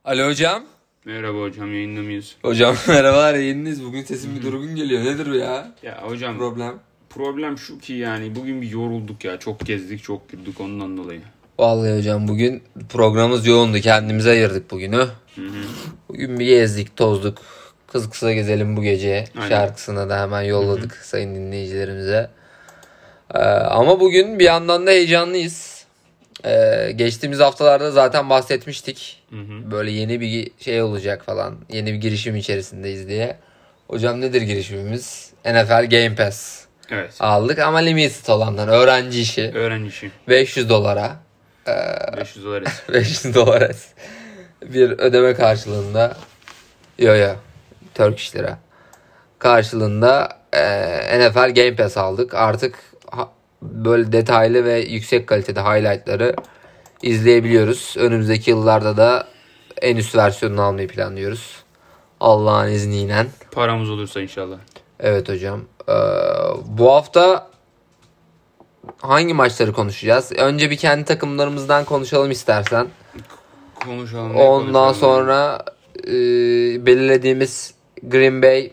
Alo hocam. Merhaba hocam, yayında mıyız? Hocam merhaba, yayındayız. Bugün sesim bir durgun geliyor. Nedir bu ya? Ya hocam problem şu ki yani bugün bir yorulduk ya. Çok gezdik, çok güldük ondan dolayı. Vallahi hocam bugün programımız yoğundu. Kendimize ayırdık bugünü. Hı. Bugün bir gezdik, tozduk. Kız kısa gezelim bu gece. Aynen. Şarkısını da hemen yolladık sayın dinleyicilerimize. Ama bugün bir yandan da heyecanlıyız. Geçtiğimiz haftalarda zaten bahsetmiştik. Böyle yeni bir şey olacak falan. Yeni bir girişim içerisindeyiz diye. Hocam nedir girişimimiz? NFL Game Pass. Evet. Aldık ama limited olandan. Öğrenci işi. Öğrenci işi. $500. 500 dolar. $500 bir ödeme karşılığında. Turkish lira. Karşılığında NFL Game Pass aldık. Artık böyle detaylı ve yüksek kalitede highlightları izleyebiliyoruz. Önümüzdeki yıllarda da en üst versiyonunu almayı planlıyoruz. Allah'ın izniyle. Paramız olursa inşallah. Evet hocam. Bu hafta hangi maçları konuşacağız? Önce bir kendi takımlarımızdan konuşalım istersen. Konuşalım. Ondan sonra belirlediğimiz Green Bay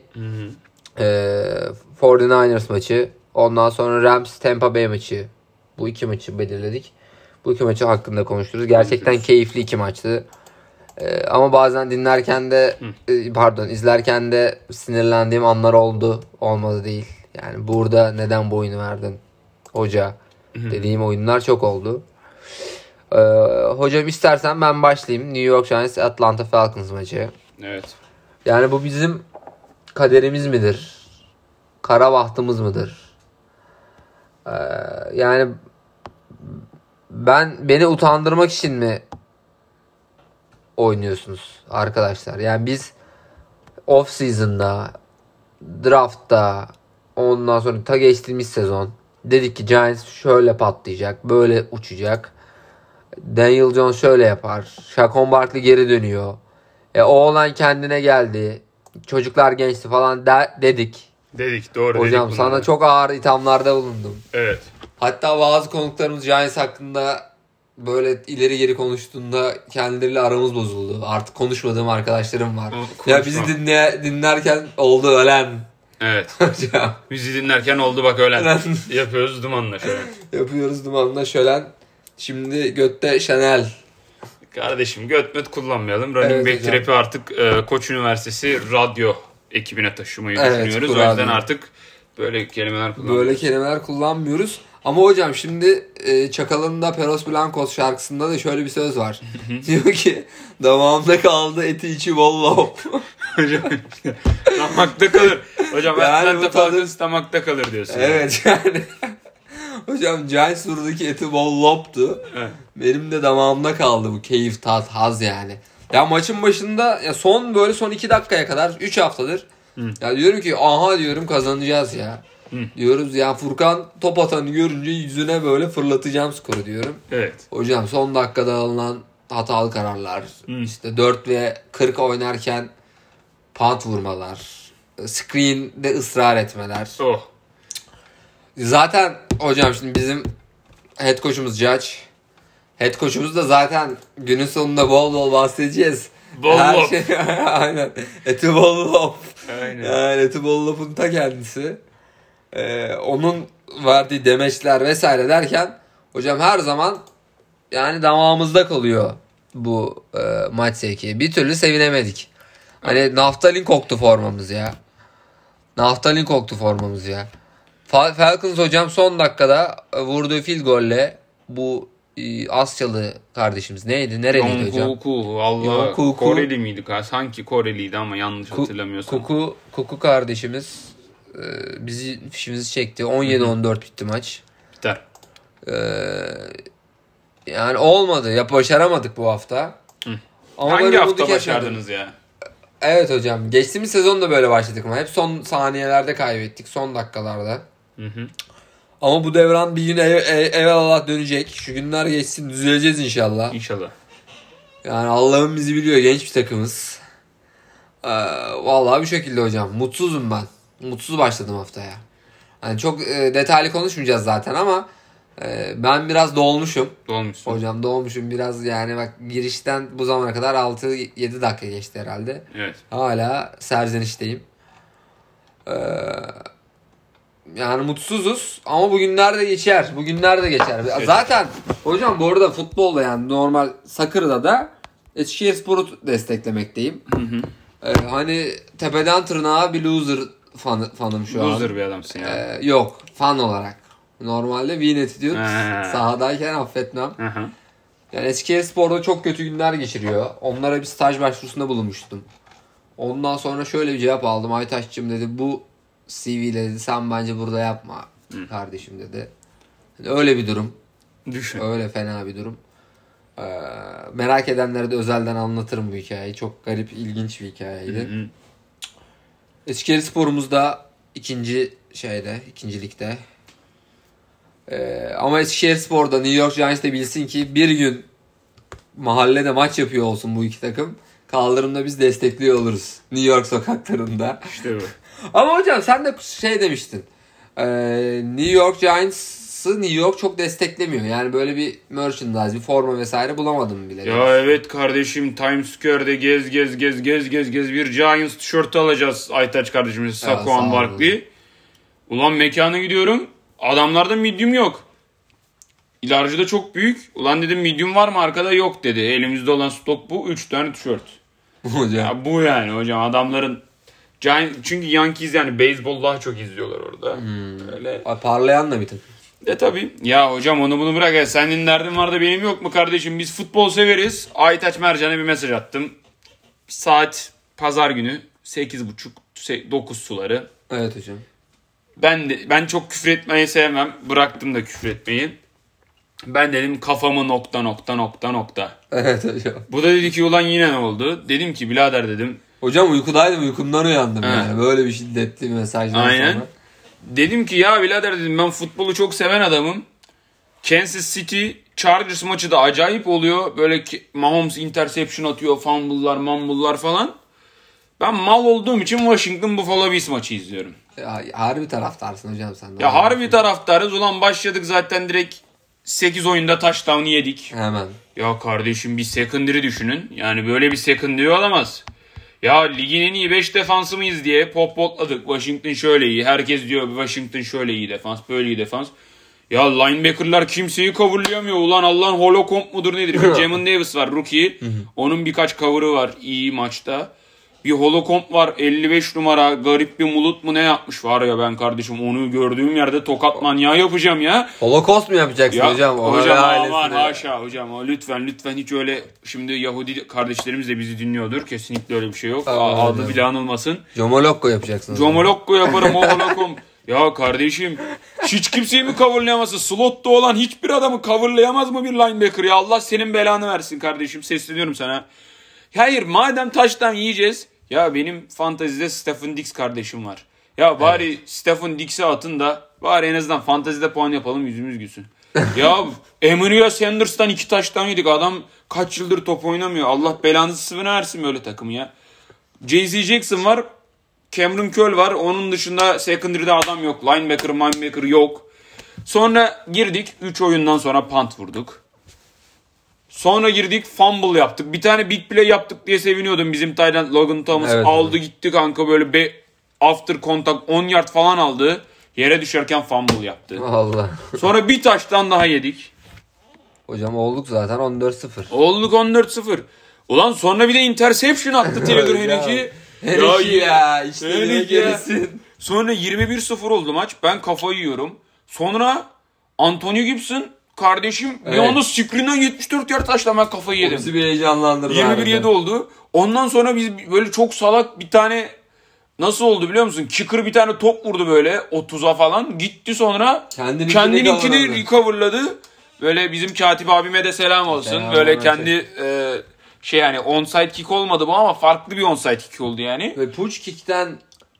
49ers maçı. Ondan sonra Rams Tampa Bay maçı. Bu iki maçı belirledik. Bu iki maçı hakkında konuşuruz. Gerçekten keyifli iki maçtı. Ama bazen dinlerken de izlerken de sinirlendiğim anlar oldu. Olmadı değil. Yani burada neden bu oyunu verdin hoca dediğim oyunlar çok oldu. Hocam istersen ben başlayayım. New York Giants Atlanta Falcons maçı. Evet. Yani bu bizim kaderimiz midir? Kara bahtımız mıdır? Yani beni utandırmak için mi oynuyorsunuz arkadaşlar? Yani biz off season'da, draft'ta, ondan sonra ta geçtiğimiz sezon dedik ki Giants şöyle patlayacak, böyle uçacak. Daniel Jones şöyle yapar. Saquon Barkley geri dönüyor. O olan kendine geldi. Çocuklar gençti falan dedik. Dedik doğru. Hocam dedik sana çok ağır ithamlarda bulundum. Evet. Hatta bazı konuklarımız Giants hakkında böyle ileri geri konuştuğunda kendileriyle aramız bozuldu. Artık konuşmadığım arkadaşlarım var. Ya bizi dinlerken oldu ölen. Evet. Hocam. Bizi dinlerken oldu bak ölen. Yapıyoruz dumanla şölen. Yapıyoruz dumanla şölen. Şimdi götte Chanel. Kardeşim göt kullanmayalım. Running back trap'i artık Koç Üniversitesi radyo ekibine taşımayı düşünüyoruz. O yüzden artık böyle kelimeler kullanmıyoruz. Ama hocam şimdi Çakal'ın da Peros Blancos şarkısında da şöyle bir söz var. Diyor ki damağımda kaldı eti içi bol lop. Hocam damakta kalır. Hocam yani Atlanta Falcons damakta kalır diyorsun. Evet yani. Hocam Giants buradaki eti bol loptu. Evet. Benim de damağımda kaldı bu keyif, tat, haz yani. Ya maçın başında ya son 2 dakikaya kadar 3 haftadır ya diyorum ki aha diyorum kazanacağız ya. Diyoruz ya Furkan top atanı görünce yüzüne böyle fırlatacağım skoru diyorum. Evet. Hocam son dakikada alınan hatalı kararlar. İşte 4 ve 40 oynarken punt vurmalar. Screen'de ısrar etmeler. Oh. Zaten hocam şimdi bizim head coach'umuz Judge. Head coach'umuz da zaten günün sonunda bol bahsedeceğiz. Bol şey, aynen. Eti bol lop. Aynen. Yani eti bol lop'un ta kendisi. Onun verdiği demeçler vesaire derken hocam her zaman yani damağımızda kalıyor bu maç zevki. Bir türlü sevinemedik. Hani naftalin koktu formamız ya. Falcons hocam son dakikada vurduğu field golle bu Asyalı kardeşimiz neydi? Nereliydi hocam? Yonkuku. Koreli miydi? Sanki Koreliydi ama yanlış hatırlamıyorsam. Kuku kardeşimiz bizi fişimizi çekti. 17-14 bitti maç. Biter. Yani olmadı. Ya başaramadık bu hafta. Ama hangi hafta başardınız ya? Evet hocam. Geçtiğimiz sezon da böyle başladık ama hep son saniyelerde kaybettik. Son dakikalarda. Ama bu devran bir gün evvelallah dönecek. Şu günler geçsin. Düzeleceğiz inşallah. İnşallah. Yani Allah'ım bizi biliyor. Genç bir takımız. Vallahi bir şekilde hocam. Mutsuzum ben. Mutsuz başladım haftaya. Yani çok detaylı konuşmayacağız zaten ama Ben biraz dolmuşum. Dolmuşsun. Hocam dolmuşum biraz, yani bak girişten bu zamana kadar 6-7 dakika geçti herhalde. Evet. Hala serzenişteyim. Yani mutsuzuz ama bugünler de geçer. Bugünler de geçer. Evet. Zaten hocam bu arada futbolda, yani normal Sakır'da da Eskişehirspor'u desteklemekteyim. Hani tepeden tırnağa bir loser fanım şu an. Loser bir adamsın ya. Yok, fan olarak. Normalde win attitude sahadayken affetmem. Yani Eskişehirspor'da çok kötü günler geçiriyor. Onlara bir staj başvurusunda bulunmuştum. Ondan sonra şöyle bir cevap aldım. Aytaç'cığım dedi, bu CV'le dedi sen bence burada yapma kardeşim dedi. Yani öyle bir durum. Düşün. Öyle fena bir durum. Merak edenlere de özelden anlatırım bu hikayeyi. Çok garip, ilginç bir hikayeydi. Eskişehirspor'umuz da ikinci ligde. Ama Eskişehirspor'da New York Giants de bilsin ki bir gün mahallede maç yapıyor olsun bu iki takım, kaldırımda biz destekliyor oluruz. New York sokaklarında. İşte bu. Ama hocam sen de demiştin. New York Giants'ı New York çok desteklemiyor. Yani böyle bir merchandise, bir forma vesaire bulamadım bile. Ya evet kardeşim, Times Square'de gez bir Giants tişörtü alacağız Aytaç kardeşimiz, Saquon Barkley. Ulan mekana gidiyorum. Adamlarda medium yok. İlarcı da çok büyük. Ulan dedim medium var mı arkada? Yok dedi. Elimizde olan stok bu. 3 tane tişört. Hocam. Ya bu yani hocam adamların çünkü Yankees yani beyzbol daha çok izliyorlar orada. Öyle. Parlayan da bir takım. Tabii. Ya hocam onu bunu bırak ya. Senin derdin var da benim yok mu kardeşim? Biz futbol severiz. Aytaç Mercan'a bir mesaj attım. Saat pazar günü 8.30-9 suları. Evet hocam. Ben çok küfür etmeyi sevmem. Bıraktım da küfür etmeyi. Ben dedim kafamı nokta. Evet hocam. Bu da dedi ki ulan yine ne oldu? Dedim ki birader dedim. Hocam uykudaydım, uykumdan uyandım yani. Böyle bir şiddetli bir mesajdan sonra. Dedim ki ya birader dedim, ben futbolu çok seven adamım. Kansas City Chargers maçı da acayip oluyor. Böyle Mahomes interception atıyor, fumble'lar falan. Ben mal olduğum için Washington Buffalo Bills maçı izliyorum. Ya, harbi taraftarsın hocam sen de. Ya harbi taraftarız. Ulan başladık zaten direkt 8 oyunda touchdown yedik. Hemen. Ya kardeşim bir secondary düşünün. Yani böyle bir secondary olamaz. Ya ligin en iyi 5 defansı mıyız diye potladık. Washington şöyle iyi. Herkes diyor Washington şöyle iyi defans, böyle iyi defans. Ya linebacker'lar kimseyi coverlayamıyor. Ulan Allah'ın holokomp mudur nedir? Jamin Davis var rookie. Onun birkaç cover'ı var iyi maçta. Bir holokomp var 55 numara, garip bir mulut mu ne yapmış var ya, ben kardeşim onu gördüğüm yerde tokat manyağı yapacağım ya. Holocaust mu yapacaksın ya, hocam? Hocam aman haşa hocam, lütfen hiç öyle, şimdi Yahudi kardeşlerimiz de bizi dinliyordur, kesinlikle öyle bir şey yok. Adı bile anılmasın. Jomolokko yapacaksın. Jomolokko yaparım o holokomp. Ya kardeşim hiç kimseyi mi coverlayamazsın? Slotta olan hiçbir adamı coverlayamaz mı bir linebacker ya? Allah senin belanı versin kardeşim, sesleniyorum sana. Hayır, madem taştan yiyeceğiz. Ya benim fantezide Stephen Diggs kardeşim var. Ya bari Stephen Diggs'e atın da bari en azından fantezide puan yapalım, yüzümüz gülsün. Ya Emmanuel Sanders'tan 2 taştan yedik. Adam kaç yıldır top oynamıyor. Allah belanızı versin böyle takımı ya. J.C. Jackson var. Cameron Curl var. Onun dışında secondary'de adam yok. Linebacker yok. Sonra girdik. 3 oyundan sonra punt vurduk. Sonra girdik fumble yaptık. Bir tane big play yaptık diye seviniyordum. Bizim tight end Logan Thomas aldı gitti kanka, böyle after contact 10 yard falan aldı. Yere düşerken fumble yaptı. Allah. Sonra bir taştan daha yedik. Hocam olduk zaten 14-0. Olduk 14-0. Ulan sonra bir de interception attı Taylor Henry. Ya işte gerisin. Sonra 21-0 oldu maç. Ben kafayı yiyorum. Sonra Antonio Gibson kardeşim bir anda screen'den 74 yard taşla, kafayı yedim. Bizi bir heyecanlandırdı. 21-7 oldu. Ondan sonra biz böyle çok salak bir tane, nasıl oldu biliyor musun? Kicker bir tane top vurdu böyle 30'a falan. Gitti sonra kendininkini recoverladı. Böyle bizim katip abime de selam olsun. Böyle kendi yani onside kick olmadı bu ama farklı bir onside kick oldu yani. Ve push kick'ten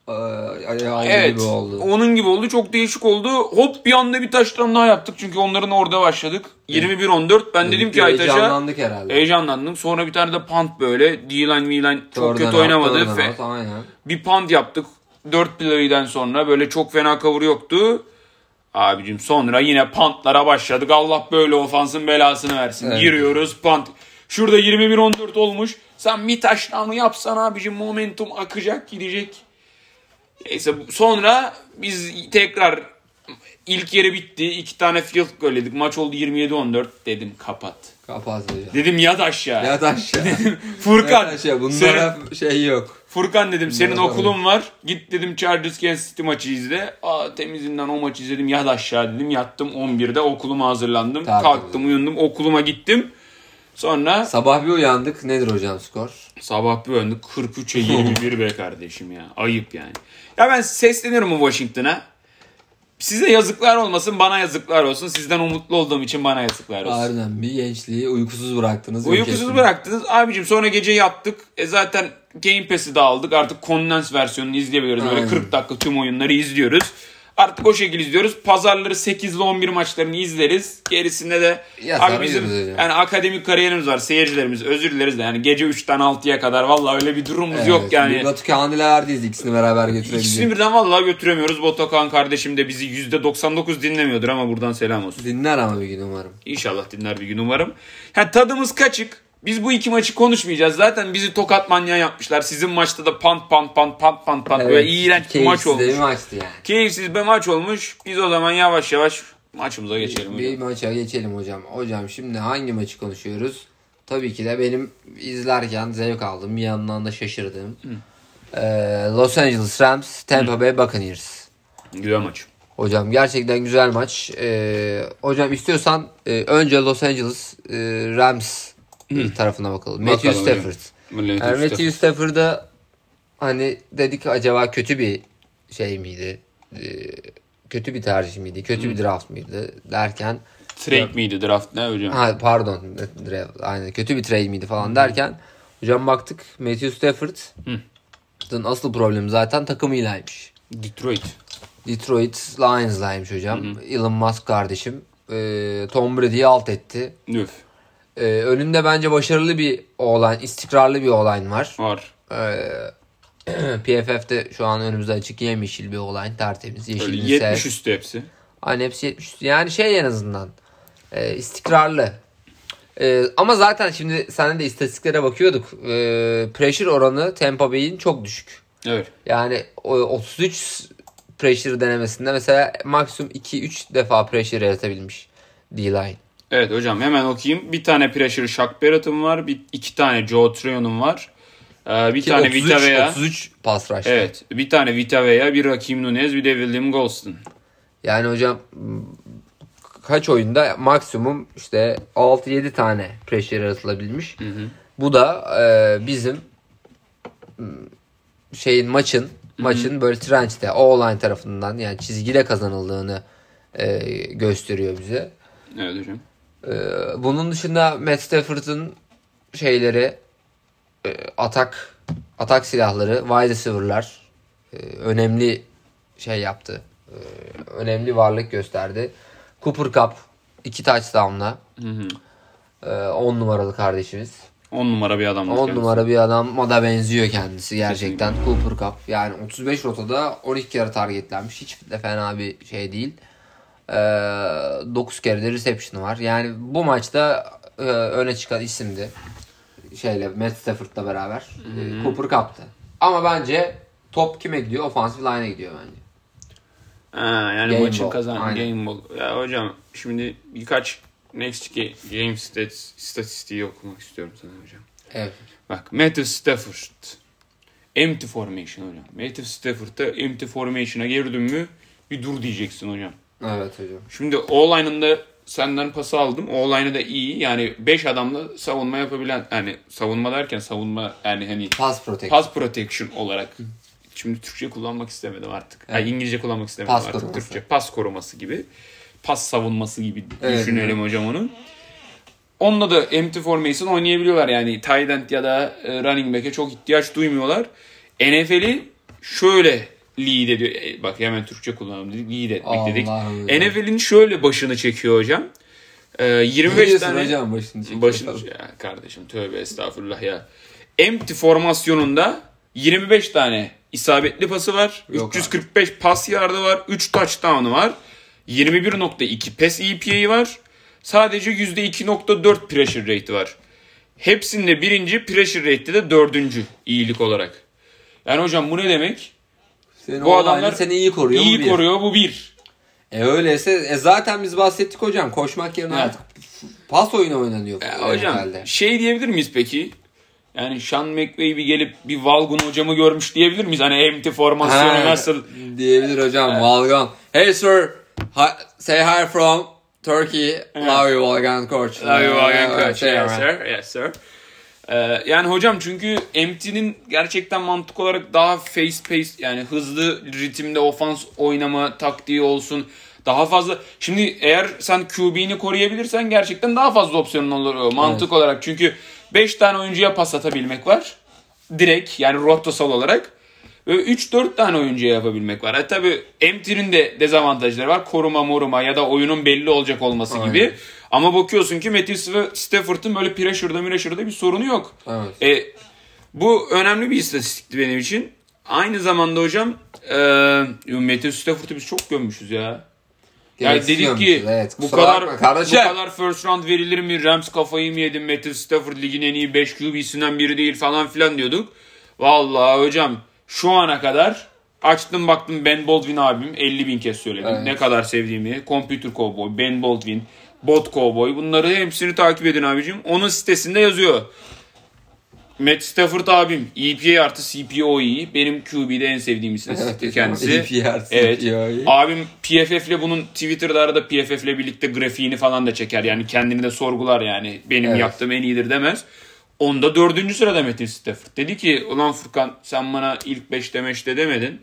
evet, gibi oldu. Onun gibi oldu. Çok değişik oldu. Hop bir anda bir taştan daha yaptık. Çünkü onların orada başladık. 21-14. Ben dedim ki Aytaç'a. Heyecanlandık herhalde. Heyecanlandım. Sonra bir tane de punt böyle. D-line çok kötü oynamadı. Bir punt yaptık. 4 play'den sonra böyle çok fena cover yoktu. Abicim sonra yine pantlara başladık. Allah böyle ofansın belasını versin. Evet. Giriyoruz pant. Şurada 21-14 olmuş. Sen bir taşlanı yapsan abicim momentum akacak gidecek. Neyse sonra biz tekrar ilk yarı bitti. 2 tane field goal yedik. Maç oldu 27-14. Dedim kapat. Kapat hocam. Dedim yat aşağı. Yat aşağı. Furkan. Yat aşağı. Bunlara şey yok. Furkan dedim senin Bunlara okulun var. Git dedim Chargers Kansas City maçı izle. Temizinden o maçı izledim. Yat aşağı dedim. Yattım 11'de okuluma hazırlandım. Tabii. Kalktım uyundum. Okuluma gittim. Sonra Sabah bir uyandık. Nedir hocam skor? sabah bir uyandık. 43'e 21 be kardeşim ya. Ayıp yani. Ya ben sesleniyorum Washington'a. Size yazıklar olmasın, bana yazıklar olsun. Sizden umutlu olduğum için bana yazıklar olsun. Harbiden bir gençliği uykusuz bıraktınız. Uykusuz bıraktınız. Abicim sonra gece yattık. Zaten Game Pass'i de aldık. Artık Condensed versiyonunu izleyebiliyoruz. Böyle Aynen. 40 dakika tüm oyunları izliyoruz. Artık o şekilde izliyoruz. Pazarları 8 ile 11 maçlarını izleriz. Gerisinde de Yazar abi bizim uyuyoruz hocam. yani akademik kariyerimiz var. Seyircilerimiz özür dileriz de yani gece 3'ten 6'ya kadar vallahi öyle bir durumumuz yok yani. Bir Batu Kandiller'deyiz, ikisini beraber götürebilecek. İkisini birden vallahi götüremiyoruz. Botokan kardeşim de bizi %99 dinlemiyordur ama buradan selam olsun. Dinler ama bir gün umarım. İnşallah dinler bir gün umarım. Yani tadımız kaçık. Biz bu iki maçı konuşmayacağız. Zaten bizi tokat manyağı yapmışlar. Sizin maçta da pant. Böyle iğrenç bir maç olmuş. Keyifsiz bir maçtı yani. Keyifsiz bir maç olmuş. Biz o zaman yavaş yavaş maçımıza geçelim. Bir hocam. maça geçelim hocam. Hocam şimdi hangi maçı konuşuyoruz? Tabii ki de benim izlerken zevk aldığım, bir yandan da şaşırdığım. Los Angeles Rams, Tampa Bay Buccaneers. Güzel maç. Hocam gerçekten güzel maç. Hocam istiyorsan önce Los Angeles Rams tarafına bakalım. Matthew Bakalım hocam. Stafford. Matthew Stafford'da hani dedik acaba kötü bir şey miydi? Kötü bir tercih miydi? Kötü bir draft mıydı? Derken Trade miydi draft ne hocam? ha pardon draft, aynen kötü bir trade miydi falan derken hocam baktık Matthew Stafford'ın asıl problemi zaten takımıylaymış. Detroit Lions'laymış hocam. Elon Musk kardeşim Tom Brady'yi alt etti. Üf. Önünde bence başarılı bir oğlan, istikrarlı bir oğlan var. Var. PFF'de şu an önümüzde açık yemyeşil bir oğlan, tertemiz yeşil Öyle bir 70 set. üstü hepsi. Hani hepsi 70 üstü. Yani şey en azından istikrarlı. Ama zaten şimdi seninle de istatistiklere bakıyorduk. Pressure oranı Tampa Bay'in çok düşük. Evet. Yani 33 pressure denemesinde mesela maksimum 2-3 defa pressure yaratabilmiş D-line. Evet hocam hemen okuyayım. Bir tane pressure Shaq Barrett'ım var. İki tane Joe Trion'um var. Bir tane 33, Vita Vea. 33 pass rush. Evet. Bir tane Vita Vea, bir Rakim Nunez, bir de William Golston. Yani hocam kaç oyunda maksimum işte 6-7 tane pressure yaratılabilmiş. Bu da bizim maçın böyle trench'te O-line tarafından yani çizgide kazanıldığını gösteriyor bize. Evet hocam. Bunun dışında Matt Stafford'ın şeyleri atak silahları, wide receiver'lar önemli şey yaptı. Önemli varlık gösterdi. Cooper Kupp 2 touchdown'la 10 numaralı kardeşimiz. 10 numara bir adam. 10 numara bir adama da benziyor kendisi gerçekten. Cooper Kupp yani 35 rotada 12 kere targetlenmiş. Hiç de fena bir şey değil. 9 kere de reception'ı var. Yani bu maçta öne çıkan isimdi. Matt Stafford'la beraber. Cooper Kupp'tı. Ama bence top kime gidiyor? Offensive line'e gidiyor bence. Yani Game maçın ball. kazandı. Aynen. Game ball. Ya hocam şimdi birkaç next game istatistiği okumak istiyorum sana hocam. Evet. Bak Matthew Stafford. Empty formation hocam. Matthew Stafford'da empty formation'a girdin mü bir dur diyeceksin hocam. Evet hocam. Şimdi O-line'ında senden pası aldım. O-line'ı da iyi. Yani 5 adamla savunma yapabilen yani savunma derken savunma yani hani pass protection olarak. Şimdi Türkçe kullanmak istemedim artık. Evet. Yani İngilizce kullanmak istemedim Pas artık. koruması. Türkçe. Pas koruması gibi. Pas savunması gibi düşünelim evet. hocam onu. Onunla da empty formation oynayabiliyorlar. Yani tight end ya da running back'e çok ihtiyaç duymuyorlar. NFL'i şöyle lead ediyor. Bak hemen Türkçe kullanalım dedik. Lead etmek dedik. NFL'in şöyle başını çekiyor hocam. 25 tane hocam başını ya kardeşim tövbe estağfurullah ya. Empty formasyonunda 25 tane isabetli pası var. Yok 345 pas yardı var. 3 touchdown'u var. 21.2 pass EPA'yı var. Sadece %2.4 pressure rate var. Hepsinde birinci, pressure rate'de de dördüncü iyilik olarak. Yani hocam bu ne demek? Bu adamlar seni iyi koruyor. İyi koruyor, bu bir. Öyleyse zaten biz bahsettik hocam. Koşmak yerine artık pas oyunu oynanıyor. Hocam herhalde. Şey diyebilir miyiz peki? Yani Sean McVay bir gelip bir Valgun hocamı görmüş diyebilir miyiz? Hani empty formasyonu nasıl? Diyebilir hocam. Valgun. Hey sir, say hi from Turkey. Love you Valgun coach. Love you Valgun coach. Yes sir. Yani hocam çünkü empty'nin gerçekten mantık olarak daha fast pace, yani hızlı ritimde ofans oynama taktiği olsun. Daha fazla. Şimdi eğer sen QB'ni koruyabilirsen gerçekten daha fazla opsiyonun olur mantık olarak. Çünkü 5 tane oyuncuya pas atabilmek var. Direkt, yani rotosal olarak. Ve 3-4 tane oyuncuya yapabilmek var. Tabii empty'nin de dezavantajları var. Koruma ya da oyunun belli olacak olması gibi. Ama bakıyorsun ki Matthew Stafford'ın böyle pressure'da bir sorunu yok. Evet. Bu önemli bir istatistikti benim için. Aynı zamanda hocam Matthew Stafford'ı biz çok gömmüşüz ya. Yani dedik ki bu kadar first round verilir mi? Rams kafayı mı yedi? Matthew Stafford ligin en iyi 5 QB'sinden biri değil falan filan diyorduk. Vallahi hocam şu ana kadar açtım baktım, Ben Baldwin abim 50.000 kez söyledim. Evet. Ne kadar sevdiğimi. Computer Cowboy, Ben Baldwin, Bot Cowboy, bunları hepsini takip edin abicim. Onun sitesinde yazıyor. Matt Stafford abim EPA artı CPOE, benim QB'de en sevdiğim istatistik kendisi. EPA, evet. Abim PFF'le bunun Twitter'da arada PFF'le birlikte grafiğini falan da çeker. Yani kendini de sorgular yani. Benim yaptığım en iyidir demez. Onda 4. sırada Matthew Stafford. Dedi ki ulan Furkan sen bana ilk 5'te meşte demedin.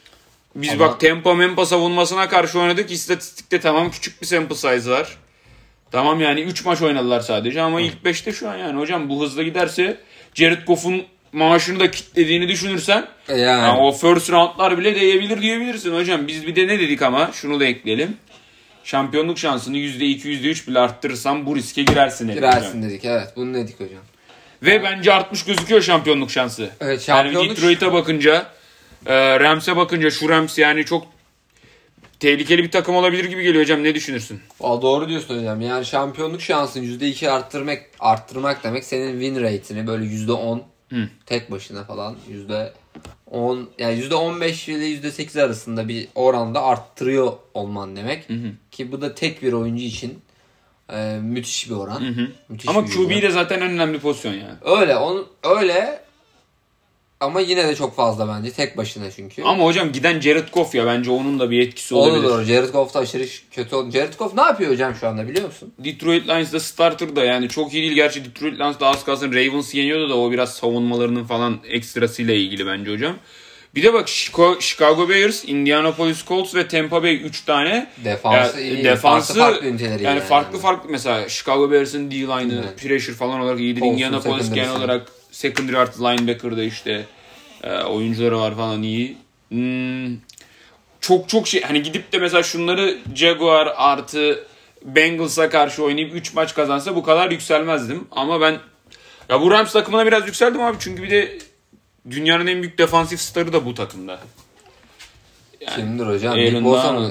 Biz bak tempo savunmasına karşı oynadık. İstatistikte tamam küçük bir sample size var. Tamam yani 3 maç oynadılar sadece ama ilk 5'te şu an yani. Hocam bu hızla giderse Jared Goff'un maaşını da kitlediğini düşünürsen yani o first roundlar bile değebilir diyebilirsin hocam. Biz bir de ne dedik ama şunu da ekleyelim. Şampiyonluk şansını %2, %3 bile arttırırsan bu riske girersin dedik. Girersin dedik, evet, bunu dedik hocam. Ve bence artmış gözüküyor şampiyonluk şansı. Evet, yani Detroit'e bakınca, Rams'e bakınca, şu Rams yani çok tehlikeli bir takım olabilir gibi geliyor hocam. Ne düşünürsün? Doğru diyorsun hocam. Yani şampiyonluk şansını %2 arttırmak demek senin win rate'ini böyle %10 tek başına falan %10 yani %15 ile %8 arasında bir oranda arttırıyor olman demek. Ki bu da tek bir oyuncu için müthiş bir oran. Müthiş. Ama QB de zaten en önemli pozisyon yani. Öyle. Ama yine de çok fazla bence. Tek başına çünkü. Ama hocam giden Jared Goff ya. Bence onun da bir etkisi olabilir. Doğru. Jared Goff da aşırı kötü oldu. Jared Goff ne yapıyor hocam şu anda biliyor musun? Detroit Lions'da starter da yani çok iyi değil. Gerçi Detroit Lions da az kalsın Ravens yeniyordu da o biraz savunmalarının falan ekstrasıyla ilgili bence hocam. Bir de bak Chicago Bears, Indianapolis Colts ve Tampa Bay 3 tane defansı farklı üniteleri yani farklı mesela Chicago Bears'ın D-line'ı pressure falan olarak iyidir. Indianapolis genel olarak secondary artı linebacker'da işte oyuncuları var falan iyi. Çok şey hani gidip de mesela şunları Jaguar artı Bengals'a karşı oynayıp 3 maç kazansa bu kadar yükselmezdim. Ama ben ya bu Rams takımına biraz yükseldim abi çünkü bir de dünyanın en büyük defansif starı da bu takımda. Yani, kimdir hocam? Aaron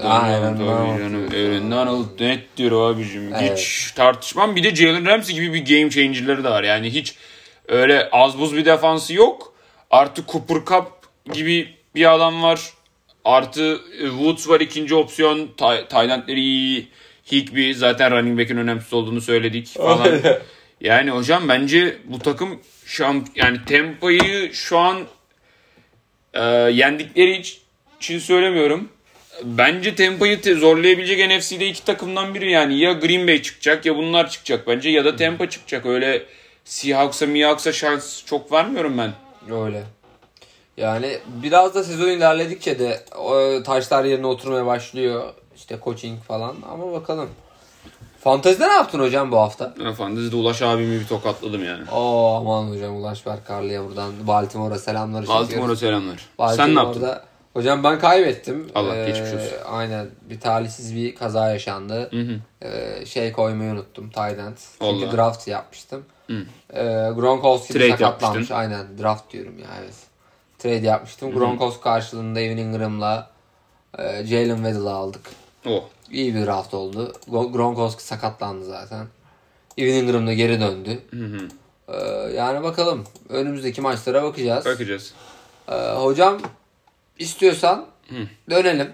Donald net diyor abicim. Evet. Hiç tartışmam. Bir de Jalen Ramsey gibi bir game changer'ları da var. Yani hiç öyle az buz bir defansı yok. Artı Cooper Kupp gibi bir adam var. Artı Woods var ikinci opsiyon. Taylandleri iyi. Higbee zaten running back'in önemsiz olduğunu söyledik falan. Yani hocam bence bu takım yani Tampa'yı şu an yendikleri için söylemiyorum. Bence Tampa'yı zorlayabilecek NFC'de iki takımdan biri yani. Ya Green Bay çıkacak ya bunlar çıkacak bence ya da Tampa çıkacak. Öyle Seahawks'a şans çok vermiyorum ben. Öyle. Yani biraz da sezon ilerledikçe de taşlar yerine oturmaya başlıyor. İşte coaching falan ama bakalım. Fantezide ne yaptın hocam bu hafta? Fantezide Ulaş abimi bir tokatladım yani. Aman hocam Ulaş Berkarlı'ya buradan Baltimore'a selamlar. Baltimore'a selamlar. Sen ne yaptın? Hocam ben kaybettim. Allah geçmiş olsun. Aynen bir talihsiz bir kaza yaşandı. Koymayı unuttum. Tayland. Çünkü draft yapmıştım. Gronkowski sakatlanmış. Aynen draft diyorum ya evet. Trade yapmıştım. Gronkowski karşılığında Evan Ingram'la Jalen Waddell'ı aldık. İyi bir draft oldu. Gronkowski sakatlandı zaten. Evan Ingram da geri döndü. Yani bakalım. Önümüzdeki maçlara bakacağız. Bakacağız. Hocam istiyorsan dönelim.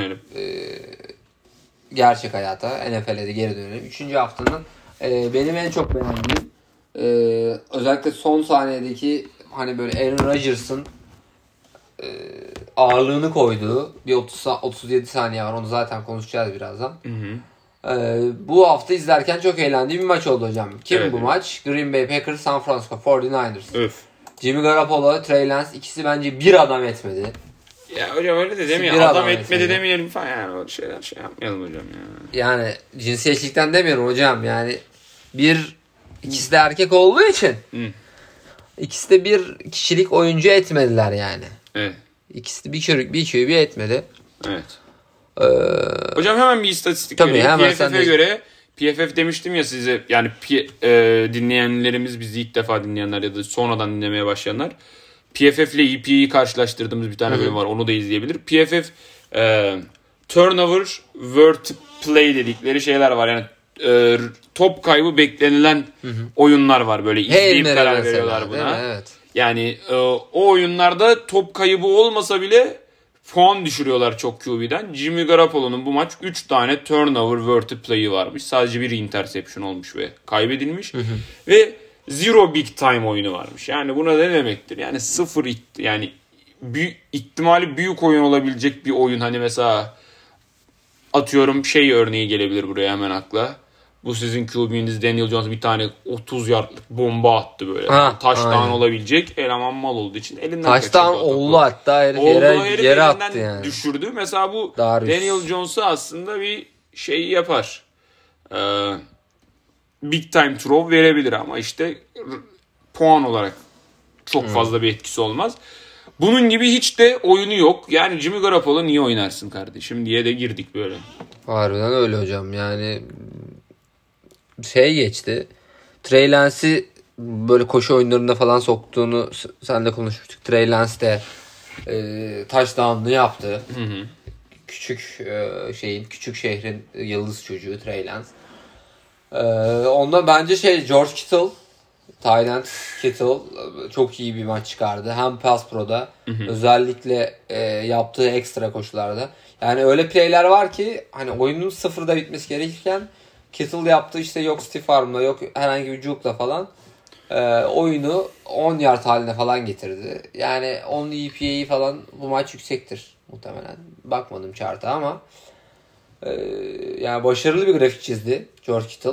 Gerçek hayata. NFL'e de geri dönelim. 3. haftanın benim en çok beğendiğim özellikle son saniyedeki hani böyle Aaron Rodgers'ın ağırlığını koyduğu bir 37 saniye var. Onu zaten konuşacağız birazdan. Bu hafta izlerken çok eğlendiğim bir maç oldu hocam. Kim bu maç? Green Bay Packers, San Francisco 49ers. Öf. Jimmy Garoppolo, Trey Lance ikisi bence bir adam etmedi. Ya hocam öyle de demeyelim. Adam etmedi demeyelim falan yani. O şeyler şey yapmayalım hocam ya. Yani cinsiyetçilikten demiyorum hocam. Yani ikisi de erkek olduğu için. İkisi de bir kişilik oyuncu etmediler yani. Evet. İkisi de bir köyü bir etmedi. Evet. Hocam hemen bir istatistik vereyim. PFF'e göre PFF demiştim ya size yani dinleyenlerimiz bizi ilk defa dinleyenler ya da sonradan dinlemeye başlayanlar PFF ile EP'yi karşılaştırdığımız bir tane bölüm var. Onu da izleyebilir. PFF turnover worth play dedikleri şeyler var. Yani top kaybı beklenilen oyunlar var. Böyle izleyip karar veriyorlar buna. Evet. Yani o oyunlarda top kaybı olmasa bile puan düşürüyorlar çok QB'den. Jimmy Garoppolo'nun bu maç 3 tane turnover worthy play'i varmış. Sadece bir interception olmuş ve kaybedilmiş. Ve zero big time oyunu varmış. Yani buna ne demektir? Yani sıfır yani ihtimali büyük oyun olabilecek bir oyun. Hani mesela atıyorum örneği gelebilir buraya hemen akla. Bu sizin QB'niz Daniel Jones bir tane 30 yardlık bomba attı böyle. Taştan olabilecek eleman mal olduğu için elinden kaçırdı. Taştan oldu hatta herif yere attı yani. Düşürdü. Mesela bu Daniel Jones'a aslında bir şey yapar. Big time throw verebilir ama işte puan olarak çok fazla bir etkisi olmaz. Bunun gibi hiç de oyunu yok. Yani Jimmy Garoppolo niye oynarsın kardeşim diye de girdik böyle. Harbiden öyle hocam. Yani geçti. Trey Lance'i böyle koşu oyunlarında falan soktuğunu sen de konuşmuştuk. Trey Lance de touchdown'ını yaptı. Küçük şehrin yıldız çocuğu Trey Lance. Ondan bence George Kittle, Tyler Kittle çok iyi bir maç çıkardı. Hem pass pro'da özellikle yaptığı ekstra koşularda. Yani öyle play'ler var ki hani oyunun sıfırda bitmesi gerekirken Kittle yaptı yok stiff arm'la yok herhangi bir juke'la falan oyunu 10 yard haline falan getirdi. Yani 10 EPA'yı falan bu maç yüksektir muhtemelen. Bakmadım chart'a ama yani başarılı bir grafik çizdi George Kittle.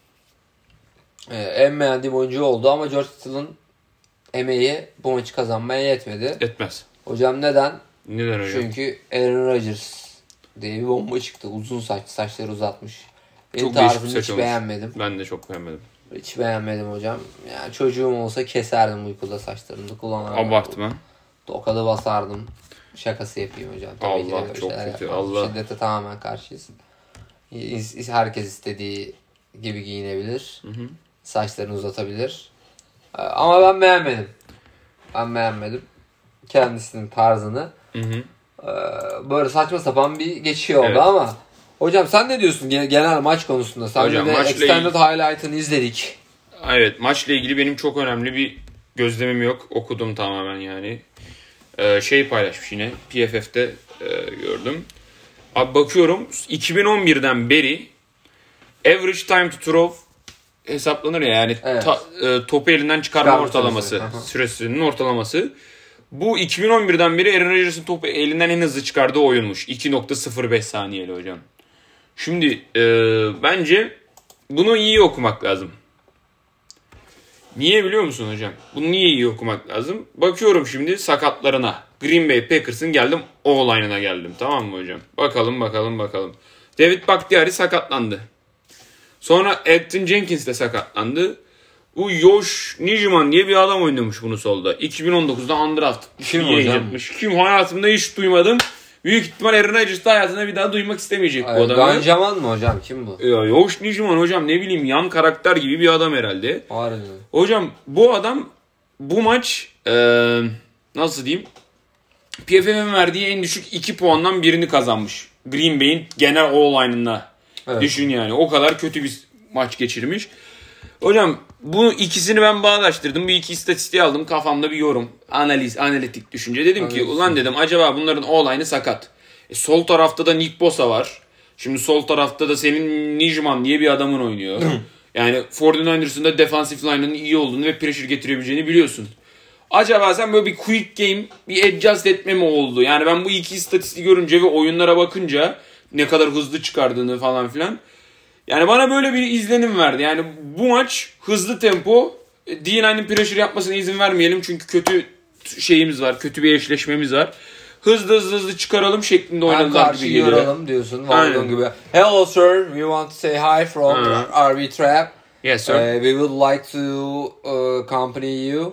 En beğendiğim oyuncu oldu ama George Kittle'ın emeği bu maçı kazanmaya yetmedi. Etmez. Hocam neden? Neden hocam? Çünkü Aaron Rodgers diye bir bomba çıktı. Uzun saçları uzatmış. Çok değişik bir saç hiç beğenmedim. Ben de çok beğenmedim. Hiç beğenmedim hocam. Yani çocuğum olsa keserdim uykuda saçlarını kullanardım. Abartma. Tokadı basardım. Şakası yapayım hocam. Tabii Allah çok kötü. Yapmam. Allah. Şiddete tamamen karşıyız. Herkes istediği gibi giyinebilir. Saçlarını uzatabilir. Ama ben beğenmedim. Kendisinin tarzını. Böyle saçma sapan bir geçiş oldu ama hocam sen ne diyorsun genel maç konusunda? Sen de extended highlight'ını izledik. Evet, maçla ilgili benim çok önemli bir gözlemim yok. Okudum tamamen yani. Paylaşmış yine PFF'te gördüm. Abi bakıyorum 2011'den beri average time to throw hesaplanır ya yani topu elinden çıkarma ortalaması süresinin ortalaması. Bu 2011'den beri Aaron Rodgers'ın topu elinden en hızlı çıkardığı oyunmuş. 2.05 saniyeli hocam. Şimdi bence bunu iyi okumak lazım. Niye biliyor musun hocam? Bunu niye iyi okumak lazım? Bakıyorum şimdi sakatlarına. Green Bay Packers'ın geldim. O-line'ına geldim. Tamam mı hocam? Bakalım. David Bakhtiari sakatlandı. Sonra Elgton Jenkins de sakatlandı. Bu Josh Nijman diye bir adam oynamış bunu solda. 2019'da undraft. Kim hocam? Kim hayatımda hiç duymadım. Büyük ihtimal Aaron Rodgers'da hayatında bir daha duymak istemeyecek bu adamı. Ganjaman mı hocam? Kim bu? Josh Nijman hocam ne bileyim yan karakter gibi bir adam herhalde. Harbiden. Hocam bu adam bu maç nasıl diyeyim? PFF'in verdiği en düşük 2 puandan birini kazanmış. Green Bay'in genel O-line'ına. Evet. Düşün yani. O kadar kötü bir maç geçirmiş. Hocam bu ikisini ben bağdaştırdım. Bu iki istatistiği aldım. Kafamda bir yorum. Analitik düşünce. Dedim ki ulan dedim acaba bunların O-line'ı sakat. Sol tarafta da Nick Bosa var. Şimdi sol tarafta da senin Nijman diye bir adamın oynuyor. Yani 49ers'ın da defensive line'ının iyi olduğunu ve pressure getirebileceğini biliyorsun. Acaba sen böyle bir quick game, bir adjust etme mi oldu? Yani ben bu iki istatistiği görünce ve oyunlara bakınca ne kadar hızlı çıkardığını falan filan. Yani bana böyle bir izlenim verdi. Yani bu maç hızlı tempo. D-line'in pressure yapmasına izin vermeyelim. Çünkü kötü şeyimiz var. Kötü bir eşleşmemiz var. Hızlı çıkaralım şeklinde oynadılar gibi geliyor. Karşı diyorsun. Aynen. Gibi. Hello sir, we want to say hi from RB Trap. Yes sir. We would like to accompany you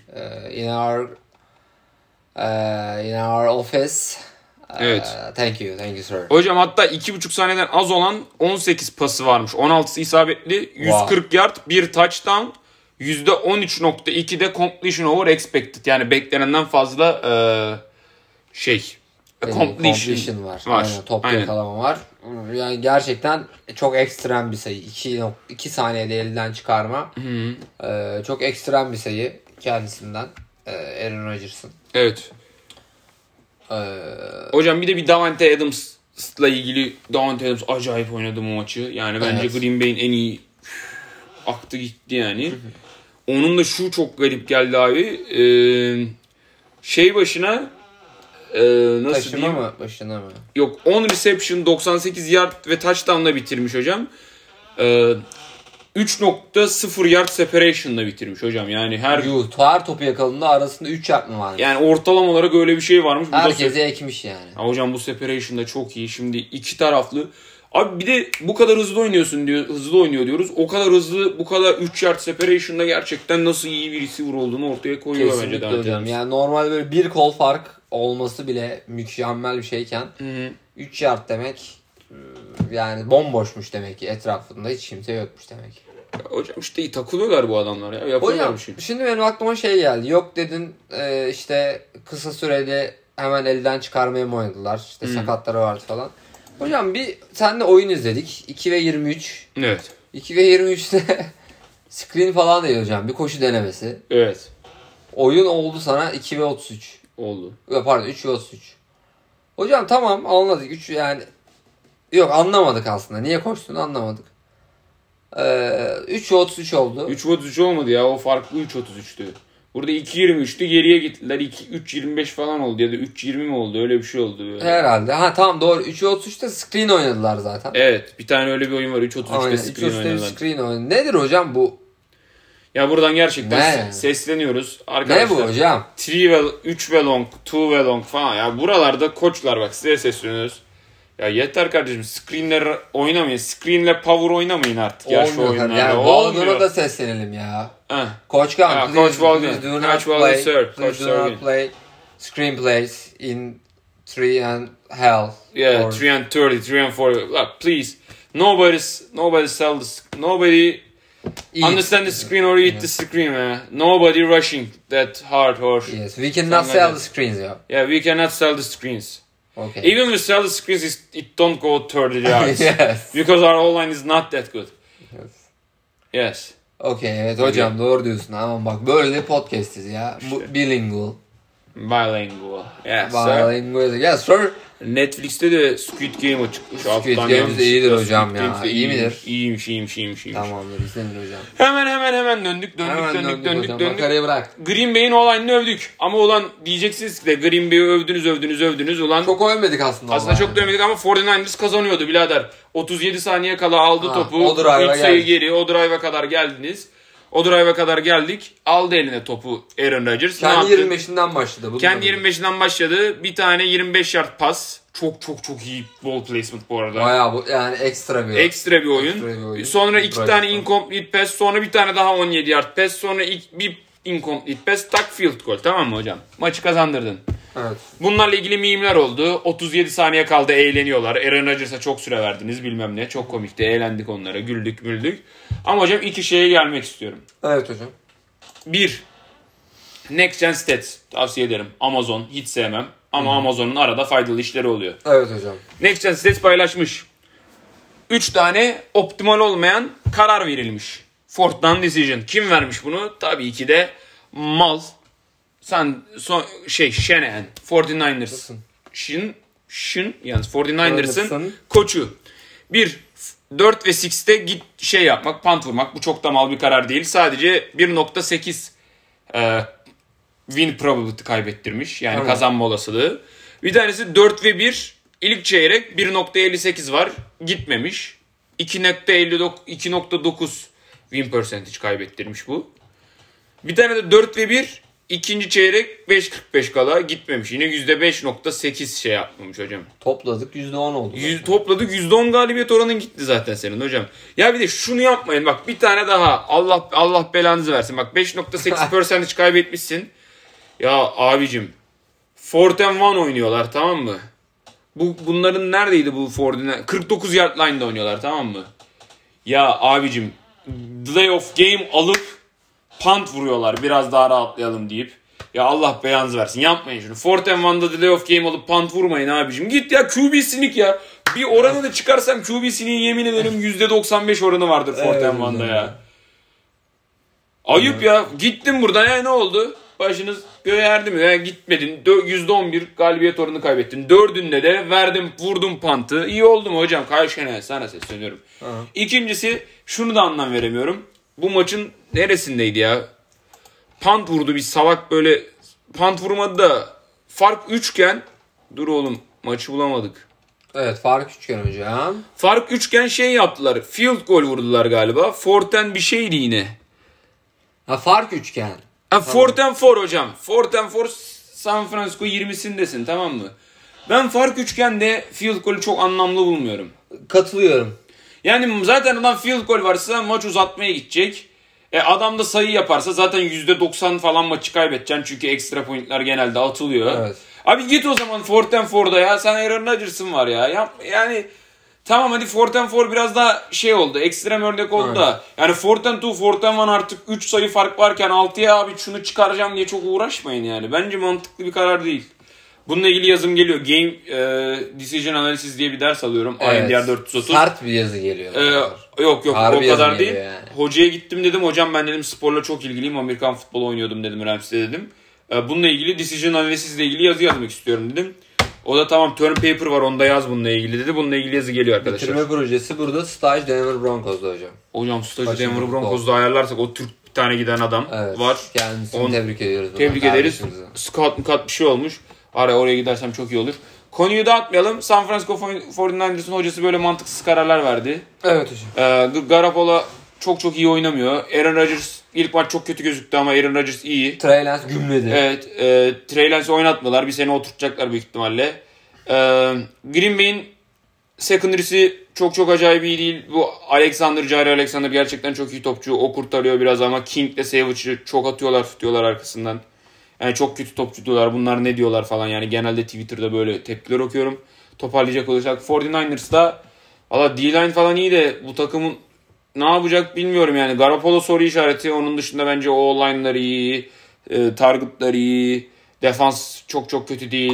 in our office. Evet. Thank you sir. Hocam hatta 2,5 saniyeden az olan 18 pası varmış. 16'sı isabetli. 140 yard, bir touchdown. %13.2'de completion over expected. Yani beklenenden fazla completion var. Aynen, top yakalama var. Yani gerçekten çok ekstrem bir sayı. 2 saniyede elden çıkarma. Çok ekstrem bir sayı kendisinden. Aaron Rodgers'ın. Evet. Hocam bir de Davante Adams'la ilgili. Davante Adams acayip oynadı bu maçı. Yani bence Green Bay'in en iyi aktı gitti yani. Onun da şu çok garip geldi abi. Başına nasıl taşıma diyeyim? mı? Başına mı? Yok, 10 reception 98 yard ve touchdown'la bitirmiş hocam. 3.0 yard separation'la bitirmiş hocam. Yani her topu yakaladığında arasında 3 yard mı var? Yani ortalama olarak öyle bir şey varmış. Herkese ekmiş yani. Hocam bu separation da çok iyi. Şimdi iki taraflı. Abi bir de bu kadar hızlı oynuyor diyoruz. O kadar hızlı, bu kadar 3 yard separation'da gerçekten nasıl iyi bir receiver olduğunu ortaya koyuyor kesinlikle bence. Hocam. Yani normalde böyle bir kol fark olması bile mükemmel bir şeyken 3 yard demek yani bomboşmuş demek ki, etrafında hiç kimse yokmuş demek ki. Hocam işte takılıyorlar bu adamlar ya. Yapıyorlar hocam, bir şey. Şimdi benim aklıma geldi. Yok dedin işte kısa sürede hemen elden çıkarmaya mı oynadılar? İşte sakatları vardı falan. Hocam bir senle oyun izledik. 2 ve 23. Evet. 2 ve 23'te screen falan değil hocam. Bir koşu denemesi. Evet. Oyun oldu sana 2 ve 33. Oldu. Pardon 3 ve 33. Hocam tamam anladık. 3 yani yok anlamadık aslında. Niye koştuğunu anlamadık. 3 ve 33 oldu. 3 ve 33 olmadı ya. O farklı 3.33'tü. Burada 2.23'tü. Geriye gittiler. 3.25 falan oldu ya da 3.20 mi oldu? Öyle bir şey oldu. Böyle. Herhalde. Tamam doğru. 3 ve 33'te screen oynadılar zaten. Evet. Bir tane öyle bir oyun var. 3.33'te screen oynadılar. Screen oynadı. Nedir hocam bu? Ya buradan gerçekten sesleniyoruz. Arkadaşlar, ne bu hocam? 3 ve long, 2 ve long falan. Ya buralarda koçlar bak size sesleniyoruz. Ya yeter kardeşim, screen'le oynamayın. Screen'le power oynamayın artık ya şu oyunlarda. Yani Valgon'a da seslenelim ya. Koçkan, please do not play screenplays in 3 and hell. Yeah, 3 and 30, 3 and 40. Look, please. Nobody sells. Nobody understand the screen or eat the screen, man. Nobody rushing that hard horse. Yes, we cannot sell the screens, Yeah, we cannot sell the screens. Okay. Even if we sell the screens, it don't go 30 yards. Yes. Because our online is not that good. Yes. Okay, evet hocam doğru diyorsun ama bak böyle de podcast'iz ya. İşte. Bilingual. Yes, bilingual. Yes, sir. Netflix'te de Squid Game çıkmış. Squid Game de iyidir hocam ya. İyi midir? İyiymiş. Tamamdır, izlenir hocam. Hemen döndük. Makarayı bırak. Green Bay'in olayını övdük. Ama ulan diyeceksiniz ki de Green Bay'i övdünüz ulan. Çok övmedik aslında. Aslında çok da övmedik ama 49ers kazanıyordu birader. 37 saniye kala aldı topu. 3 sayı geri. O drive'a kadar geldiniz. O drive'a kadar geldik. Aldı eline topu Aaron Rodgers. Kendi 25'inden başladı. Kendi 25'inden başladı. Bir tane 25 yard pas. Çok iyi ball placement bu arada. Bayağı bu yani ekstra bir oyun. Sonra 2 tane incomplete pass. Sonra bir tane daha 17 yard pass. Sonra bir incomplete pass. Tak field goal. Tamam mı hocam? Maçı kazandırdın. Evet. Bunlarla ilgili mimler oldu. 37 saniye kaldı, eğleniyorlar. Aaron Rodgers'a çok süre verdiniz bilmem ne. Çok komikti. Eğlendik onlara. Güldük. Ama hocam 2 şeye gelmek istiyorum. Evet hocam. 1. Next Gen Stats. Tavsiye ederim. Amazon. Hiç sevmem. Ama Amazon'un arada faydalı işleri oluyor. Evet hocam. Next Gen Stats paylaşmış. 3 tane optimal olmayan karar verilmiş. Fourth down decision. Kim vermiş bunu? Tabii ki de mal. Shanahan. 49ers'ın yani 49ers'ın koçu. 4 ve 6'te git yapmak, punt vurmak. Bu çok da mal bir karar değil. Sadece 1.8 win probability kaybettirmiş. Yani kazanma olasılığı. Bir tanesi 4 ve 1 ilk çeyrek 1.58 var. Gitmemiş. 2.9 win percentage kaybettirmiş bu. Bir tane de 4 ve 1 ikinci çeyrek 5.45 kala gitmemiş. Yine %5.8 yapmamış hocam. Topladık %10 oldu. Topladık %10 galibiyet oranın gitti zaten senin hocam. Ya bir de şunu yapmayın. Bak bir tane daha. Allah belanızı versin. Bak 5.8 percentage kaybetmişsin. Ya abicim. 4th and 1 oynuyorlar, tamam mı? Bunların neredeydi bu 49 yard line'da oynuyorlar, tamam mı? Ya abicim. Delay of game alıp punt vuruyorlar biraz daha rahatlayalım deyip. Ya Allah belanızı versin, yapmayın şunu. 4th and 1'da delay of game alıp punt vurmayın abicim. Git ya QB sneak ya. Bir oranını çıkarsam QB sneak'in yemin ederim %95 oranı vardır 4th and 1'da ya. Ayıp ya. Gittin buradan ya, ne oldu? Başınız göğe erdi mi? Ya gitmedin. %11 galibiyet oranı kaybettin. 4'ünde de vurdum punt'ı. İyi oldu mu hocam? Karşına sana sesleniyorum. İkincisi, şunu da anlam veremiyorum. Bu maçın neresindeydi ya? Punt vurdu bir salak, böyle punt vurmadı da fark 3'ken, dur oğlum maçı bulamadık. Evet, fark 3'ken hocam. Fark 3'ken yaptılar. Field goal vurdular galiba. 4th and bir şeydi yine. Ha, fark 3'ken. Ha, 4th and 4 hocam. 4th and 4 San Francisco 20'sindesin, tamam mı? Ben fark 3'ken de field goal'ü çok anlamlı bulmuyorum. Katılıyorum. Yani zaten adam field goal varsa maç uzatmaya gidecek. Adam da sayı yaparsa zaten %90 falan maçı kaybedeceksin. Çünkü ekstra pointler genelde atılıyor. Evet. Abi git o zaman 4th and 4'da ya. Sen Aaron Rodgers'ın var ya. Yani tamam, hadi 4th and 4 biraz daha oldu. Ekstrem örnek oldu da. Yani 4th and 2, 4th and 1 artık 3 sayı fark varken 6'ya abi şunu çıkaracağım diye çok uğraşmayın yani. Bence mantıklı bir karar değil. Bununla ilgili yazım geliyor. Game Decision Analysis diye bir ders alıyorum. Evet. INDR 430. Sert bir yazı geliyor. Yok Harbi o kadar değil. Yani. Hocaya gittim, dedim hocam ben dedim sporla çok ilgiliyim. Amerikan futbolu oynuyordum dedim Rams'te dedim. Bununla ilgili Decision Analysis ile ilgili yazı yazmak istiyorum dedim. O da tamam, term paper var onda yaz bununla ilgili dedi. Bununla ilgili yazı geliyor arkadaşlar. Bitirme projesi burada staj Denver Broncos'da hocam. Hocam stajı Denver Broncos'da ayarlarsak o Türk bir tane giden adam var. Kendisini tebrik ediyoruz. Tebrik ederiz. Scout bir şey olmuş. Oraya gidersem çok iyi olur. Konuyu dağıtmayalım. San Francisco 49ers'ın hocası böyle mantıksız kararlar verdi. Evet hocam. Garoppolo çok iyi oynamıyor. Aaron Rodgers ilk maç çok kötü gözüktü ama Aaron Rodgers iyi. Trey Lance gümledi. Evet. Trey Lance'i oynatmıyorlar. Bir sene oturtacaklar büyük ihtimalle. Green Bay'in secondary'si çok acayip iyi değil. Bu Jaire Alexander gerçekten çok iyi topçu. O kurtarıyor biraz ama King'le Savage'ı çok atıyorlar, tutuyorlar arkasından. Yani çok kötü topçu diyorlar. Bunlar ne diyorlar falan. Yani genelde Twitter'da böyle tepkiler okuyorum. Toparlayacak olursak 49ers'da valla D-line falan iyi de bu takımın ne yapacak bilmiyorum yani. Garoppolo soru işareti. Onun dışında bence O-line'lar iyi. Target'lar iyi. Defans çok kötü değil.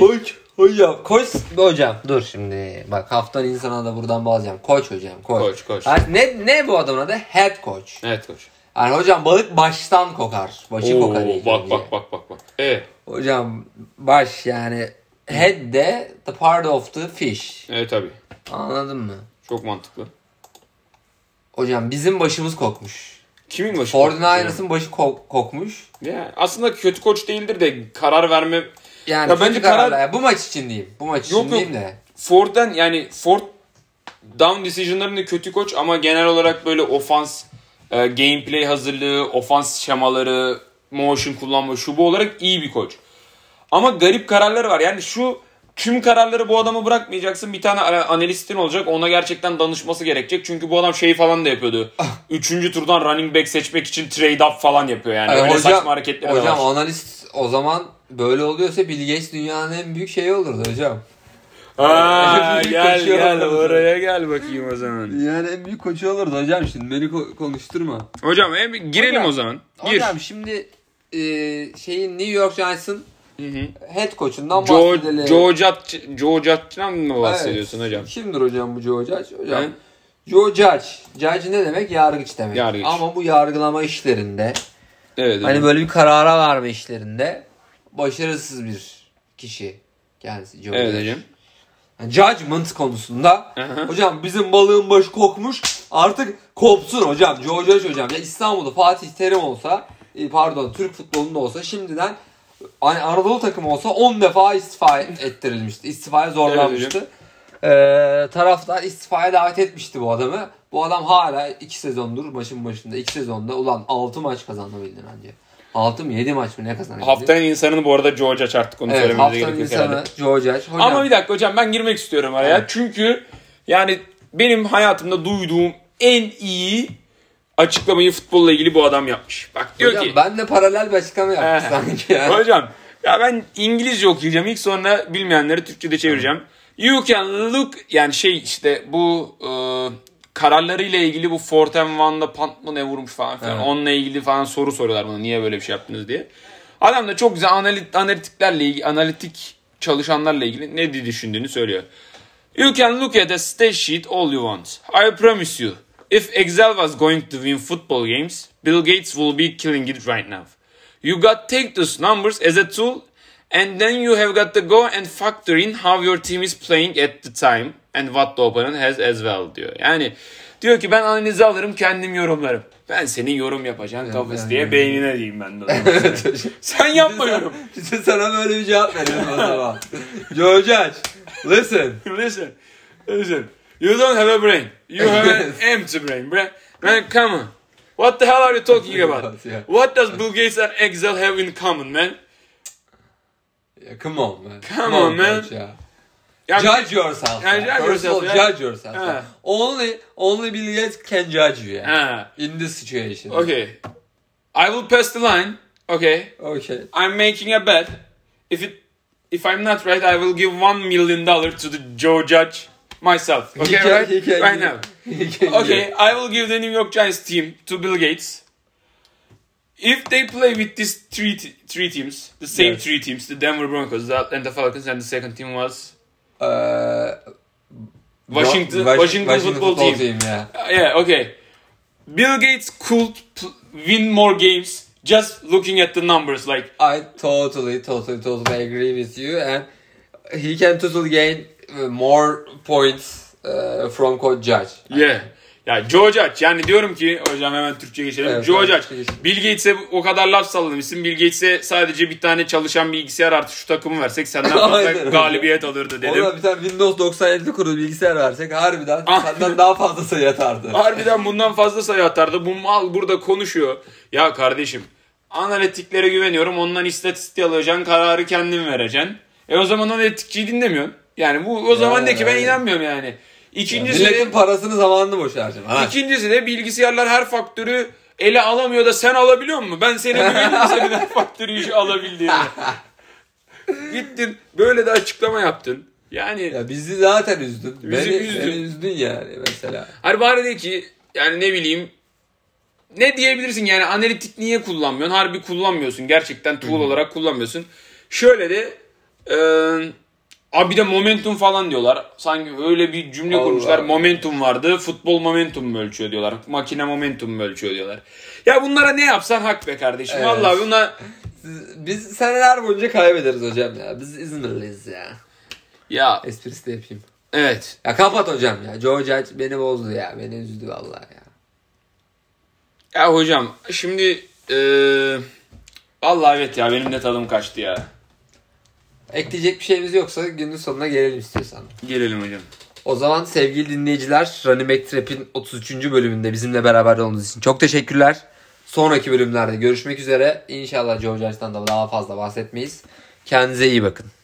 Koç hocam. Dur şimdi. Bak haftanın insana da buradan bağlayacağım. Koç hocam. Koç. Yani ne bu adamın adı? Head coach. Evet koç. Yani hocam balık baştan kokar. Başı kokar. Bak. Evet. Hocam baş yani head de the part of the fish. Evet tabii. Anladın mı? Çok mantıklı. Hocam bizim başımız kokmuş. Kimin başı? 49ers'ın başı kokmuş. Yani aslında kötü koç değildir de karar verme. Yani ya bence karar bu maç için diyeyim. Bu maç için diyeyim de. Fourth down decision'larında kötü koç ama genel olarak böyle ofans gameplay hazırlığı, ofans şemaları, motion kullanma şu bu olarak iyi bir koç. Ama garip kararları var. Yani tüm kararları bu adamı bırakmayacaksın. Bir tane analistin olacak. Ona gerçekten danışması gerekecek. Çünkü bu adam falan da yapıyordu. 3. turdan running back seçmek için trade up falan yapıyor yani. Öyle saçma hareketleri var. Hocam analist o zaman böyle oluyorsa Bill Gates dünyanın en büyük şeyi olurdu hocam. Gel oraya gel bakayım o zaman. Yani en büyük koçu olurdu hocam, şimdi beni konuşturma. Hocam girelim o zaman. Hocam şimdi New York Giants'ın Head coach'undan bahsedelim. Joe Judge'dan mı bahsediyorsun hocam? Kimdir hocam bu Joe Judge? Hocam Joe Judge. Judge ne demek? Yargıç demek. Yargıç. Ama bu yargılama işlerinde Evet. hani böyle bir karara verme işlerinde başarısız bir kişi kendisi Joe Evet Judge. hocam. Yani judgment konusunda hocam bizim balığın başı kokmuş, artık kopsun hocam. Joe Judge hocam. Ya İstanbul'da Fatih Terim olsa, Türk futbolunda olsa şimdiden hani Anadolu takımı olsa 10 defa istifa ettirilmişti. İstifaya zorlanmıştı. Taraftar istifaya davet etmişti bu adamı. Bu adam hala 2 sezondur maçın başında. 2 sezonda ulan 6 maç kazanabildin anca. 6 mı 7 maç mı ne kazanabildin? Haftanın insanını bu arada Joe Judge, artık onu söylememize gerek yok herhalde. Haftanın insanı Joe Judge. Hocam. Ama bir dakika hocam, ben girmek istiyorum araya. Evet. Çünkü yani benim hayatımda duyduğum en iyi açıklamayı futbolla ilgili bu adam yapmış. Bak diyor hocam, ki. Ben de paralel bir açıklama yaptım sanki ya. Hocam ya ben İngilizce okuyacağım ilk, sonra bilmeyenleri Türkçe'de çevireceğim. You can look, yani işte bu kararlarıyla ilgili bu Forten Van'da pant mı ne vurmuş falan filan. Evet. Onunla ilgili falan soru soruyorlar bana, niye böyle bir şey yaptınız diye. Adam da çok güzel analitiklerle ilgili, analitik çalışanlarla ilgili ne düşündüğünü söylüyor. You can look at a stat sheet all you want. I promise you, if Excel was going to win football games, Bill Gates will be killing it right now. You got to take those numbers as a tool, and then you have got to go and factor in how your team is playing at the time and what the opponent has as well diyor. Yani diyor ki ben analizi alırım, kendim yorumlarım. Ben senin yorum yapacağın kafası diye beynine diyeyim ben de. Sen yapma yorum. İşte sana böyle bir cevap veriyorum o zaman. Joe Judge, listen. Listen. You don't have a brain. You have an empty brain. Man, come on. What the hell are you talking about? What does Bill Gates and Excel have in common, man? Yeah, come on, man. Come on, man. Judge yourself. Judge yourself. Yeah. Only Bill Gates can judge you. In this situation. Okay. I will pass the line. Okay. I'm making a bet. If I'm not right, I will give $1 million to the Joe Judge myself. Okay, right now. Okay, I will give the New York Giants team to Bill Gates. If they play with these three teams, the same three teams, the Denver Broncos, the Atlanta Falcons, and the second team was Washington football team. Yeah, okay. Bill Gates could win more games just looking at the numbers. Like I totally agree with you, and he can totally gain more points from Coach Judge. Yeah. Ya Joe Judge, yani diyorum ki hocam, hemen Türkçe geçelim. Evet, Joe Judge, Bill Gates'e o kadar laf sallamışsın. Bill Gates'e sadece bir tane çalışan bilgisayar artı şu takımı versek senden fazla galibiyet alırdı dedim. Ona bir tane Windows 97 kurulu bilgisayar versek harbiden senden daha fazla sayı atardı. Harbiden bundan fazla sayı atardı. Bu mal burada konuşuyor. Ya kardeşim, analitiklere güveniyorum. Ondan istatistik alacaksın, kararı kendin vereceksin. O zaman analitikçiyi dinlemiyorsun. Yani bu o zaman de ki ben inanmıyorum yani. İkincisi milletin parasını zamanını boş harcama. İkincisi de bilgisayarlar her faktörü ele alamıyor da sen alabiliyor musun? Ben seni güvenirim senin her faktörü işi alabildiğini. Gittin böyle de açıklama yaptın. Yani ya bizi zaten üzdün. Beni üzdün yani mesela. Hayır bari de ki yani ne bileyim, ne diyebilirsin yani, analitik niye kullanmıyorsun? Harbi kullanmıyorsun. Gerçekten tool olarak kullanmıyorsun. Şöyle de bir de momentum falan diyorlar. Sanki öyle bir cümle kurmuşlar. Momentum vardı. Futbol momentum mu ölçüyor diyorlar. Makine momentum mu ölçüyor diyorlar. Ya bunlara ne yapsan hak be kardeşim. Evet. Vallahi buna biz seneler boyunca kaybederiz hocam ya. Biz İzmirliyiz ya. Ya esprisi de yapayım. Evet. Ya kapat hocam ya. Joe Judge beni bozdu ya. Beni üzdü vallahi ya. Ya hocam şimdi vallahi evet ya, benim de tadım kaçtı ya. Ekleyecek bir şeyimiz yoksa günün sonuna gelelim istiyorsan. Gelelim hocam. O zaman sevgili dinleyiciler, Running Back Trap'in 33. bölümünde bizimle beraber olduğunuz için çok teşekkürler. Sonraki bölümlerde görüşmek üzere. İnşallah Joe Judge'dan da daha fazla bahsetmeyiz. Kendinize iyi bakın.